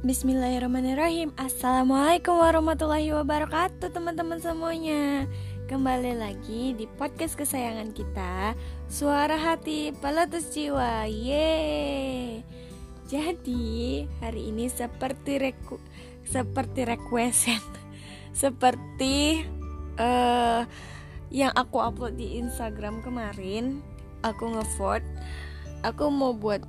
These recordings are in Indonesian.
Bismillahirrahmanirrahim. Assalamualaikum warahmatullahi wabarakatuh, teman-teman semuanya. Kembali lagi di podcast kesayangan kita, Suara Hati Peletus Jiwa. Yeay. Jadi hari ini seperti request seperti yang aku upload di Instagram kemarin, aku nge-vote. Aku mau buat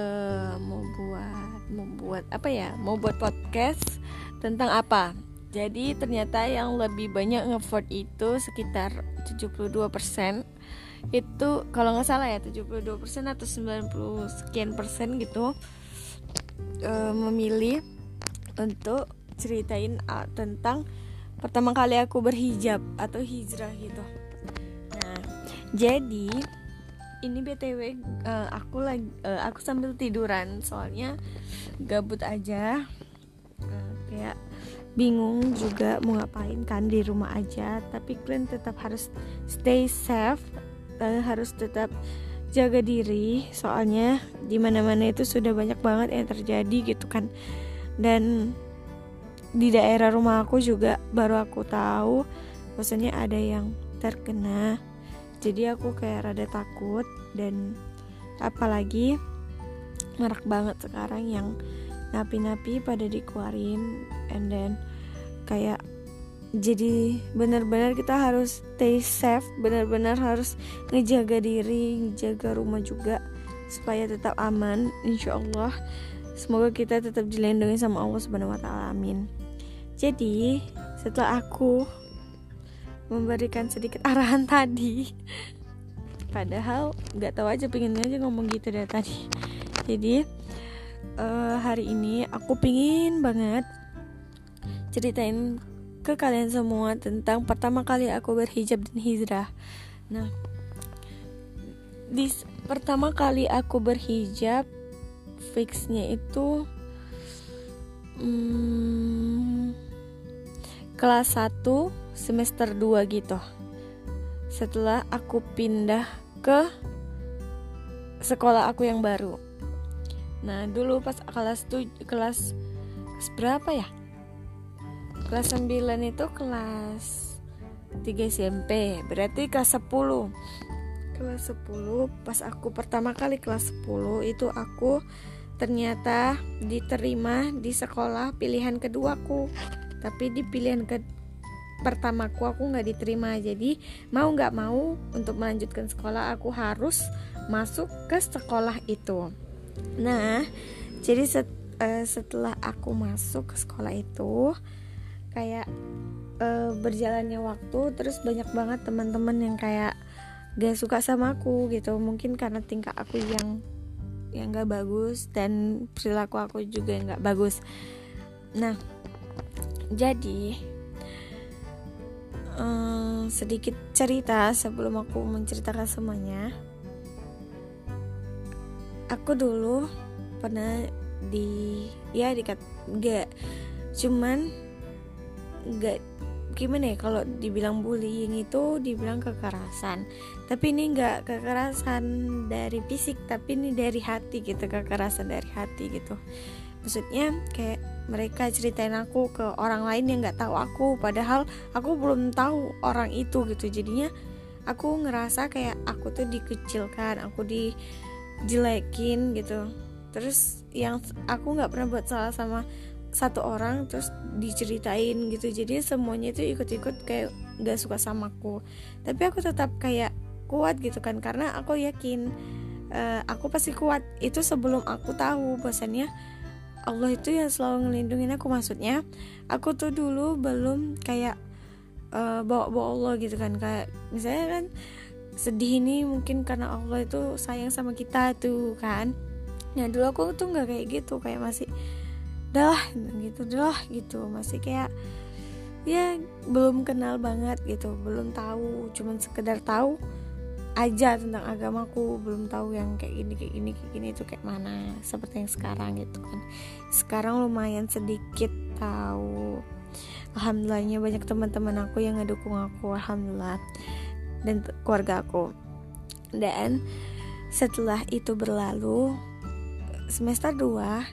podcast tentang apa. Jadi ternyata yang lebih banyak nge-vote itu sekitar 72%. Itu kalau nggak salah ya 72% atau 90 sekian persen gitu, memilih untuk ceritain tentang pertama kali aku berhijab atau hijrah gitu. Nah, jadi ini BTW aku sambil tiduran soalnya gabut aja, kayak bingung juga mau ngapain kan di rumah aja. Tapi kalian tetap harus stay safe, harus tetap jaga diri soalnya di mana-mana itu sudah banyak banget yang terjadi gitu kan. Dan di daerah rumah aku juga baru aku tahu maksudnya ada yang terkena. Jadi aku kayak rada takut, dan apalagi marak banget sekarang yang napi-napi pada dikeluarin, and then kayak jadi benar-benar kita harus stay safe, benar-benar harus ngejaga diri, ngejaga rumah juga supaya tetap aman. Insyaallah semoga kita tetap dilindungi sama Allah Subhanahu wa taala. Amin. Jadi setelah aku memberikan sedikit arahan tadi, padahal nggak tahu aja pengennya aja ngomong gitu dari tadi. Jadi hari ini aku pingin banget ceritain ke kalian semua tentang pertama kali aku berhijab dan hijrah. Nah, pertama kali aku berhijab fixnya itu kelas 1 semester 2 gitu. Setelah aku pindah ke sekolah aku yang baru. Nah, dulu pas kelas berapa ya? Kelas 9 itu kelas 3 SMP. Berarti kelas 10. Kelas 10 pas aku pertama kali kelas 10 itu aku ternyata diterima di sekolah pilihan keduaku. Tapi di pilihan pertamaku aku nggak diterima. Jadi mau nggak mau untuk melanjutkan sekolah aku harus masuk ke sekolah itu. Nah, jadi setelah aku masuk ke sekolah itu kayak berjalannya waktu, terus banyak banget teman-teman yang kayak gak suka sama aku gitu. Mungkin karena tingkah aku yang nggak bagus dan perilaku aku juga yang nggak bagus. Nah, jadi sedikit cerita sebelum aku menceritakan semuanya. Aku dulu pernah gimana ya, kalau dibilang bullying itu dibilang kekerasan. Tapi ini nggak kekerasan dari fisik, tapi ini dari hati gitu, kekerasan dari hati gitu. Maksudnya kayak mereka ceritain aku ke orang lain yang nggak tahu aku, padahal aku belum tahu orang itu gitu. Jadinya aku ngerasa kayak aku tuh dikucilkan, aku dijelekin gitu. Terus yang aku nggak pernah buat salah sama satu orang terus diceritain gitu. Jadi semuanya itu ikut-ikut kayak nggak suka sama aku. Tapi aku tetap kayak kuat gitu kan, karena aku yakin aku pasti kuat. Itu sebelum aku tahu bahwasannya Allah itu yang selalu ngelindungin aku. Maksudnya aku tuh dulu belum kayak bawa-bawa Allah gitu kan. Kayak misalnya kan sedih ini mungkin karena Allah itu sayang sama kita tuh kan. Nah dulu aku tuh nggak kayak gitu, kayak masih dah gitu, masih kayak ya belum kenal banget gitu, belum tahu, cuman sekedar tahu aja tentang agamaku, belum tahu yang kayak gini itu kayak mana, seperti yang sekarang gitu kan. Sekarang lumayan sedikit tahu. Alhamdulillahnya banyak teman-teman aku yang ngedukung aku, alhamdulillah, dan keluarga aku. Dan setelah itu berlalu, semester 2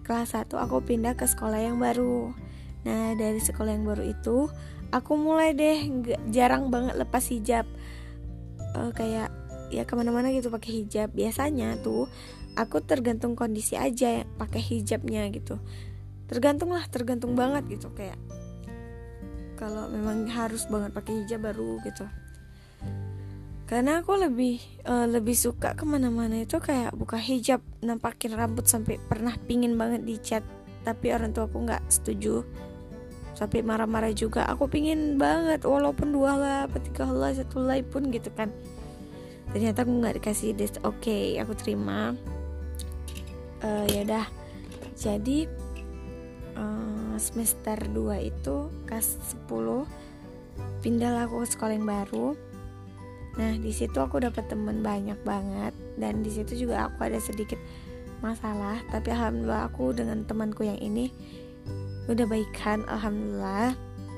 kelas 1 aku pindah ke sekolah yang baru. Nah dari sekolah yang baru itu aku mulai deh jarang banget lepas hijab, kayak ya kemana-mana gitu pakai hijab. Biasanya tuh aku tergantung kondisi aja pakai hijabnya gitu, tergantung banget gitu, kayak kalau memang harus banget pakai hijab baru gitu. Karena aku lebih suka kemana-mana itu kayak buka hijab, nampakin rambut, sampai pernah pingin banget dicat, tapi orang tua aku nggak setuju, sampai marah-marah juga. Aku pingin banget walaupun 2 helai, 3 helai, 1 helai pun gitu kan. Ternyata aku nggak dikasih. Oke, aku terima. Ya udah. Jadi semester 2 itu kelas 10 pindahlah aku ke sekolah yang baru. Nah di situ aku dapat teman banyak banget, dan di situ juga aku ada sedikit masalah, tapi alhamdulillah aku dengan temanku yang ini udah baikan, alhamdulillah.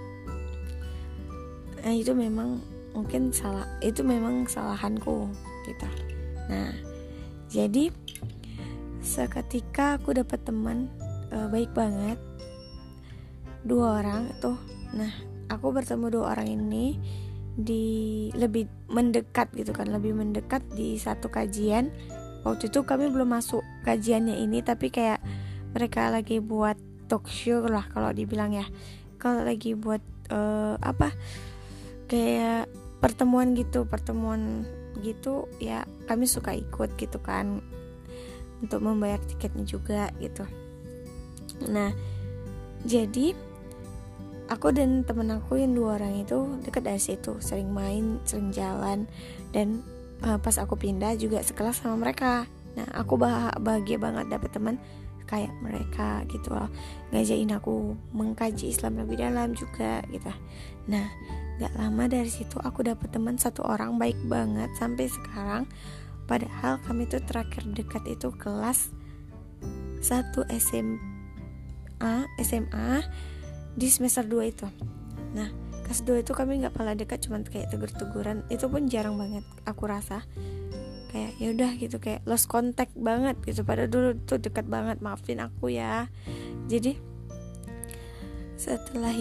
Nah itu memang mungkin memang kesalahanku gitu. Nah jadi seketika aku dapat teman baik banget, 2 orang tuh. Nah aku bertemu 2 orang ini lebih mendekat gitu kan, lebih mendekat di satu kajian. Waktu itu kami belum masuk kajiannya ini, tapi kayak mereka lagi buat talk show lah kalau dibilang ya, kalau lagi buat kayak pertemuan gitu ya, kami suka ikut gitu kan, untuk membayar tiketnya juga gitu. Nah jadi aku dan temen aku yang 2 orang itu dekat dari situ, sering main, sering jalan, dan pas aku pindah juga sekelas sama mereka. Nah aku bahagia banget dapet teman kayak mereka gitu loh, ngajain aku mengkaji Islam lebih dalam juga gitu. Nah gak lama dari situ aku dapet teman 1 orang baik banget sampai sekarang. Padahal kami tuh terakhir dekat itu kelas 1 SMA di semester 2 itu. Nah kelas 2 itu kami gak pernah dekat, cuman kayak tegur-teguran, itu pun jarang banget aku rasa. Kayak ya udah gitu, kayak lost contact banget gitu. Padahal dulu tuh dekat banget, maafin aku ya. Jadi setelah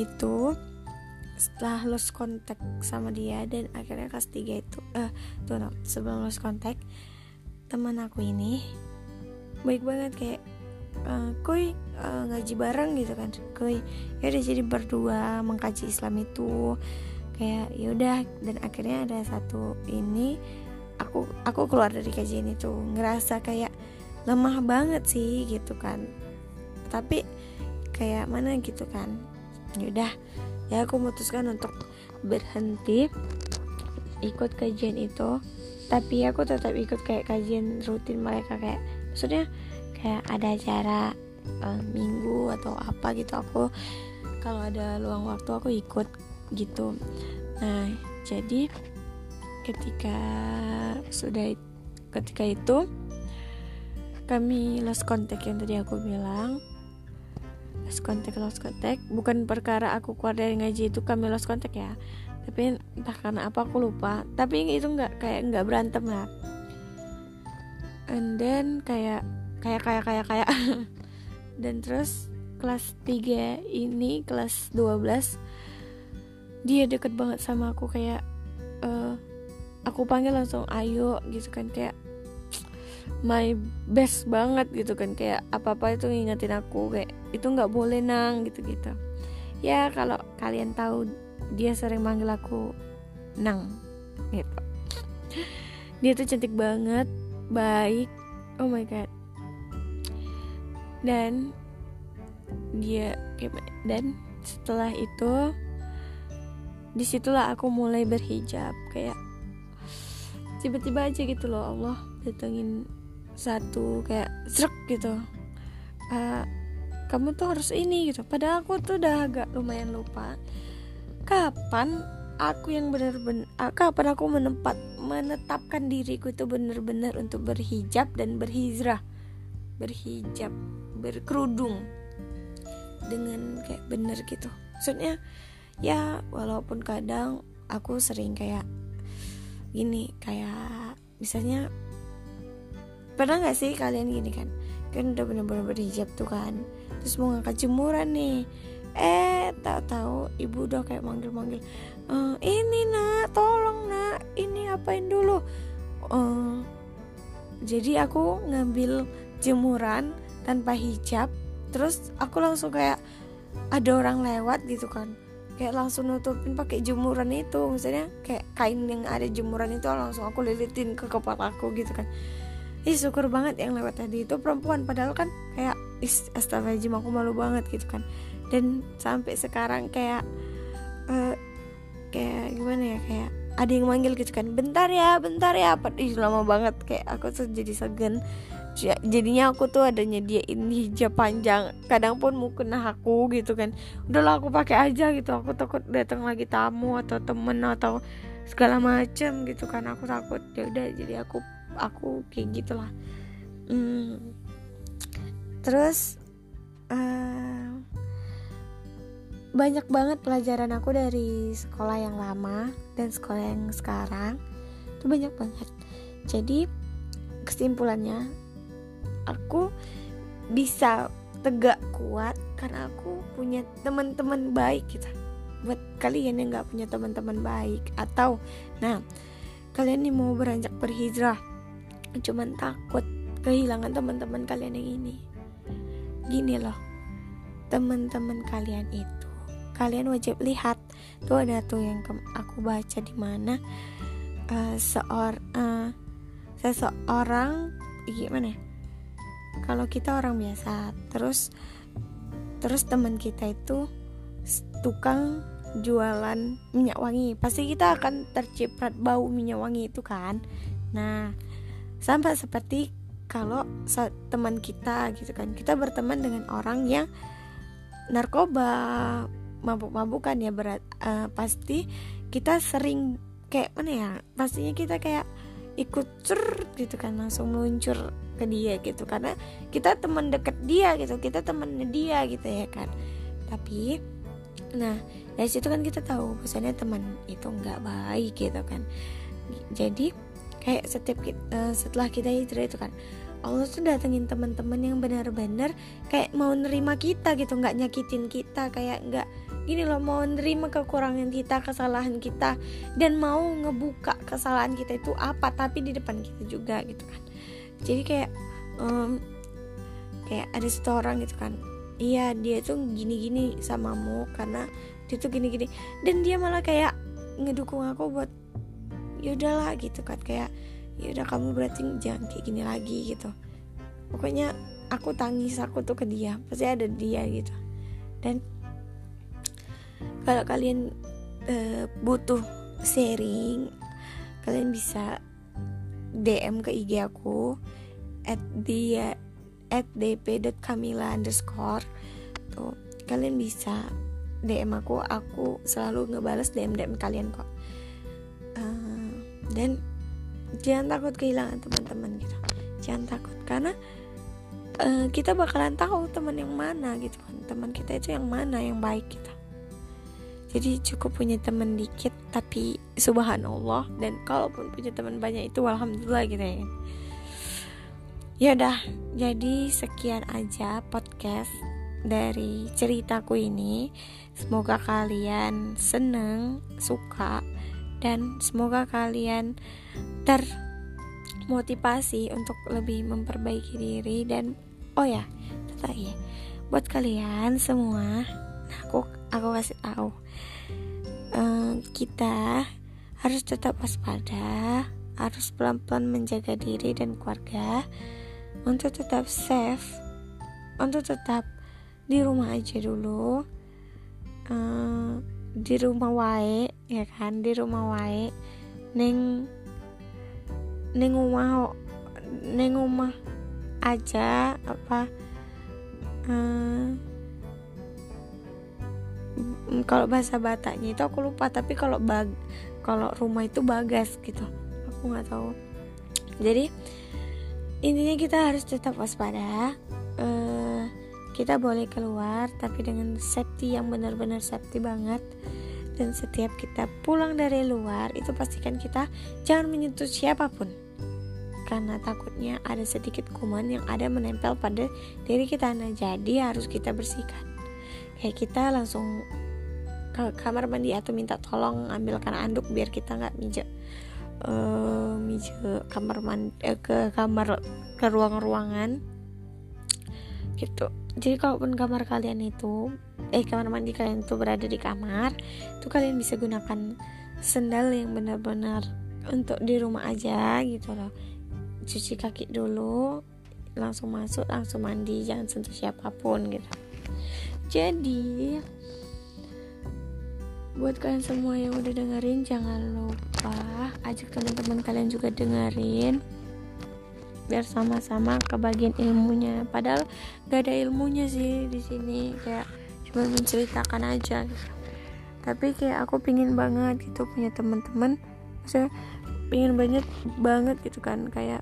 lost contact sama dia, dan akhirnya kelas 3 itu sebelum lost contact, teman aku ini baik banget, kayak kuy ngaji bareng gitu kan, kuy ya udah, jadi berdua mengkaji Islam itu kayak ya udah. Dan akhirnya ada satu ini, aku keluar dari kajian itu ngerasa kayak lemah banget sih gitu kan, tapi kayak mana gitu kan. Ya udah ya, aku memutuskan untuk berhenti ikut kajian itu, tapi aku tetap ikut kayak kajian rutin mereka, kayak maksudnya kayak ada acara minggu atau apa gitu, aku kalau ada luang waktu aku ikut gitu. Nah jadi ketika itu kami lost contact yang tadi aku bilang. Lost contact bukan perkara aku keluar dari ngaji itu kami lost contact ya, tapi entah karena apa aku lupa, tapi itu nggak berantem lah. And then kayak dan terus kelas 3 ini, kelas 12, dia deket banget sama aku, kayak aku panggil langsung ayo gitu kan, kayak my best banget gitu kan, kayak apa-apa itu ngingetin aku, kayak itu nggak boleh nang gitu-gitu ya. Kalau kalian tahu, dia sering manggil aku nang gitu. Dia tuh cantik banget, baik, oh my god. Dan setelah itu disitulah aku mulai berhijab, kayak tiba-tiba aja gitu loh, Allah datengin satu kayak zrek gitu, kamu tuh harus ini gitu. Padahal aku tuh udah agak lumayan lupa kapan aku menetapkan diriku itu benar-benar untuk berhijab dan berkerudung dengan kayak bener gitu. Maksudnya ya walaupun kadang aku sering kayak gini, kayak misalnya pernah gak sih kalian gini kan, kan udah bener-bener berhijab tuh kan, terus mau ngangkat jemuran nih, tahu-tahu ibu udah kayak manggil-manggil, ini nak, tolong nak, ini apain dulu. Jadi aku ngambil jemuran tanpa hijab, terus aku langsung kayak ada orang lewat gitu kan, kayak langsung nutupin pakai jemuran itu, misalnya kayak kain yang ada jemuran itu langsung aku lilitin ke kepalaku gitu kan. Syukur banget yang lewat tadi itu perempuan, padahal kan kayak astagfirullahaladzim, aku malu banget gitu kan. Dan sampai sekarang kayak gimana ya, kayak ada yang manggil gitu kan, bentar ya lama banget, kayak aku tuh jadi segen. Jadinya aku tuh ada nyediain hijab panjang, kadang pun mau kena aku gitu kan, udahlah aku pakai aja gitu, aku takut datang lagi tamu atau temen atau segala macem gitu kan, aku takut. Ya udah, jadi aku kayak gitulah. Terus banyak banget pelajaran aku dari sekolah yang lama dan sekolah yang sekarang, itu banyak banget. Jadi kesimpulannya, aku bisa tegak kuat karena aku punya teman-teman baik gitu. Buat kalian yang gak punya teman-teman baik, atau kalian nih mau beranjak berhijrah cuman takut kehilangan teman-teman kalian yang ini, gini loh, teman-teman kalian itu kalian wajib lihat. Tuh ada tuh yang aku baca di mana seseorang gimana ya, kalau kita orang biasa, terus teman kita itu tukang jualan minyak wangi, pasti kita akan terciprat bau minyak wangi itu kan. Nah, sama seperti kalau teman kita gitu kan, kita berteman dengan orang yang narkoba, mabuk-mabukan ya, pasti kita sering kayak mana ya, pastinya kita kayak ikut gitu kan, langsung meluncur ke dia gitu, karena kita teman dekat dia gitu, kita temannya dia gitu ya kan. Tapi dari situ kan kita tahu bahwasanya teman itu nggak baik gitu kan. Jadi kayak setelah kita hijrah itu kan, Allah tuh datengin teman-teman yang benar-benar kayak mau nerima kita gitu, nggak nyakitin kita, kayak nggak gini loh, mau nerima kekurangan kita, kesalahan kita, dan mau ngebuka kesalahan kita itu apa, tapi di depan kita juga gitu kan. Jadi kayak ada satu orang gitu kan, iya dia tuh gini-gini samamu karena dia tuh gini-gini, dan dia malah kayak ngedukung aku buat ya udahlah gitu kan, kayak ya udah kamu berarti jangan kayak gini lagi gitu. Pokoknya aku tangis aku tuh ke dia, pasti ada dia gitu. Dan kalau kalian butuh sharing, kalian bisa DM ke IG aku @dp.camila_ tuh, kalian bisa DM aku selalu ngebales DM kalian kok. Dan jangan takut kehilangan teman-teman gitu, jangan takut, karena kita bakalan tahu teman yang mana gitu kan, teman kita itu yang mana yang baik gitu. Jadi cukup punya teman dikit tapi subhanallah, dan kalaupun punya teman banyak itu alhamdulillah gitu ya. Ya udah, jadi sekian aja podcast dari ceritaku ini. Semoga kalian seneng, suka, dan semoga kalian termotivasi untuk lebih memperbaiki diri. Dan buat kalian semua, aku kasih tahu, kita harus tetap waspada, harus pelan-pelan menjaga diri dan keluarga untuk tetap safe, untuk tetap di rumah aja dulu, di rumah wae ya kan, di rumah wae, neng rumah aja apa, kalau bahasa Bataknya itu aku lupa, tapi kalau rumah itu bagas gitu, aku nggak tahu. Jadi intinya kita harus tetap waspada. Kita boleh keluar tapi dengan safety yang benar-benar safety banget. Dan setiap kita pulang dari luar itu pastikan kita jangan menyentuh siapapun. karena takutnya ada sedikit kuman yang ada menempel pada diri kita. Nah, jadi harus kita bersihkan. Kayak kita langsung ke kamar mandi atau minta tolong ambilkan anduk biar kita nggak mijak kamar mandi ke ruangan gitu. Jadi kalaupun kamar mandi kalian itu berada di kamar, itu kalian bisa gunakan sendal yang benar-benar untuk di rumah aja gitu loh. Cuci kaki dulu, langsung masuk, langsung mandi, jangan sentuh siapapun gitu. Jadi buat kalian semua yang udah dengerin, jangan lupa ajak teman-teman kalian juga dengerin, biar sama-sama kebagian ilmunya. Padahal gak ada ilmunya sih di sini, kayak cuma menceritakan aja gitu. Tapi kayak aku pingin banget gitu punya teman-teman, maksudnya pingin banget gitu kan, kayak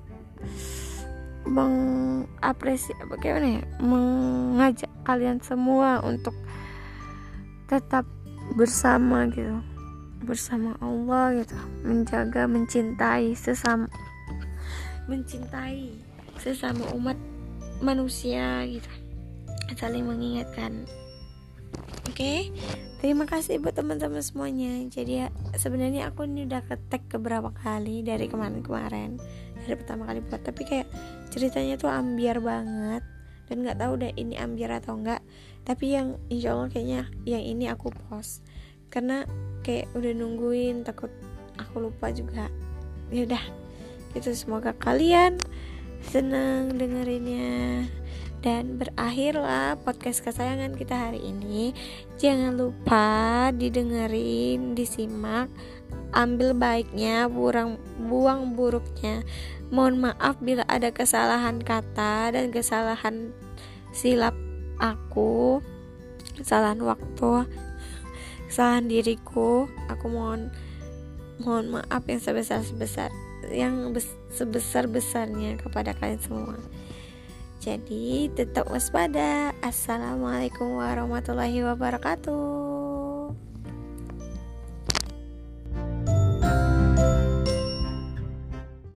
mengajak kalian semua untuk tetap bersama gitu, bersama Allah gitu, mencintai sesama umat manusia gitu, saling mengingatkan. Oke, terima kasih buat teman-teman semuanya. Jadi sebenarnya aku ini udah ketek beberapa kali dari kemarin dari pertama kali buat, tapi kayak ceritanya tuh ambiar banget dan nggak tahu deh ini ambiar atau enggak. Tapi yang insya Allah kayaknya yang ini aku post, karena kayak udah nungguin, takut aku lupa juga. Ya udah, itu semoga kalian senang dengerinnya. Dan berakhirlah podcast kesayangan kita hari ini. Jangan lupa didengerin, disimak, ambil baiknya, buang buruknya. Mohon maaf bila ada kesalahan kata dan kesalahan silap aku, kesalahan waktu, kesalahan diriku. Aku mohon maaf yang sebesar-besarnya kepada kalian semua. Jadi tetap waspada. Assalamualaikum warahmatullahi wabarakatuh.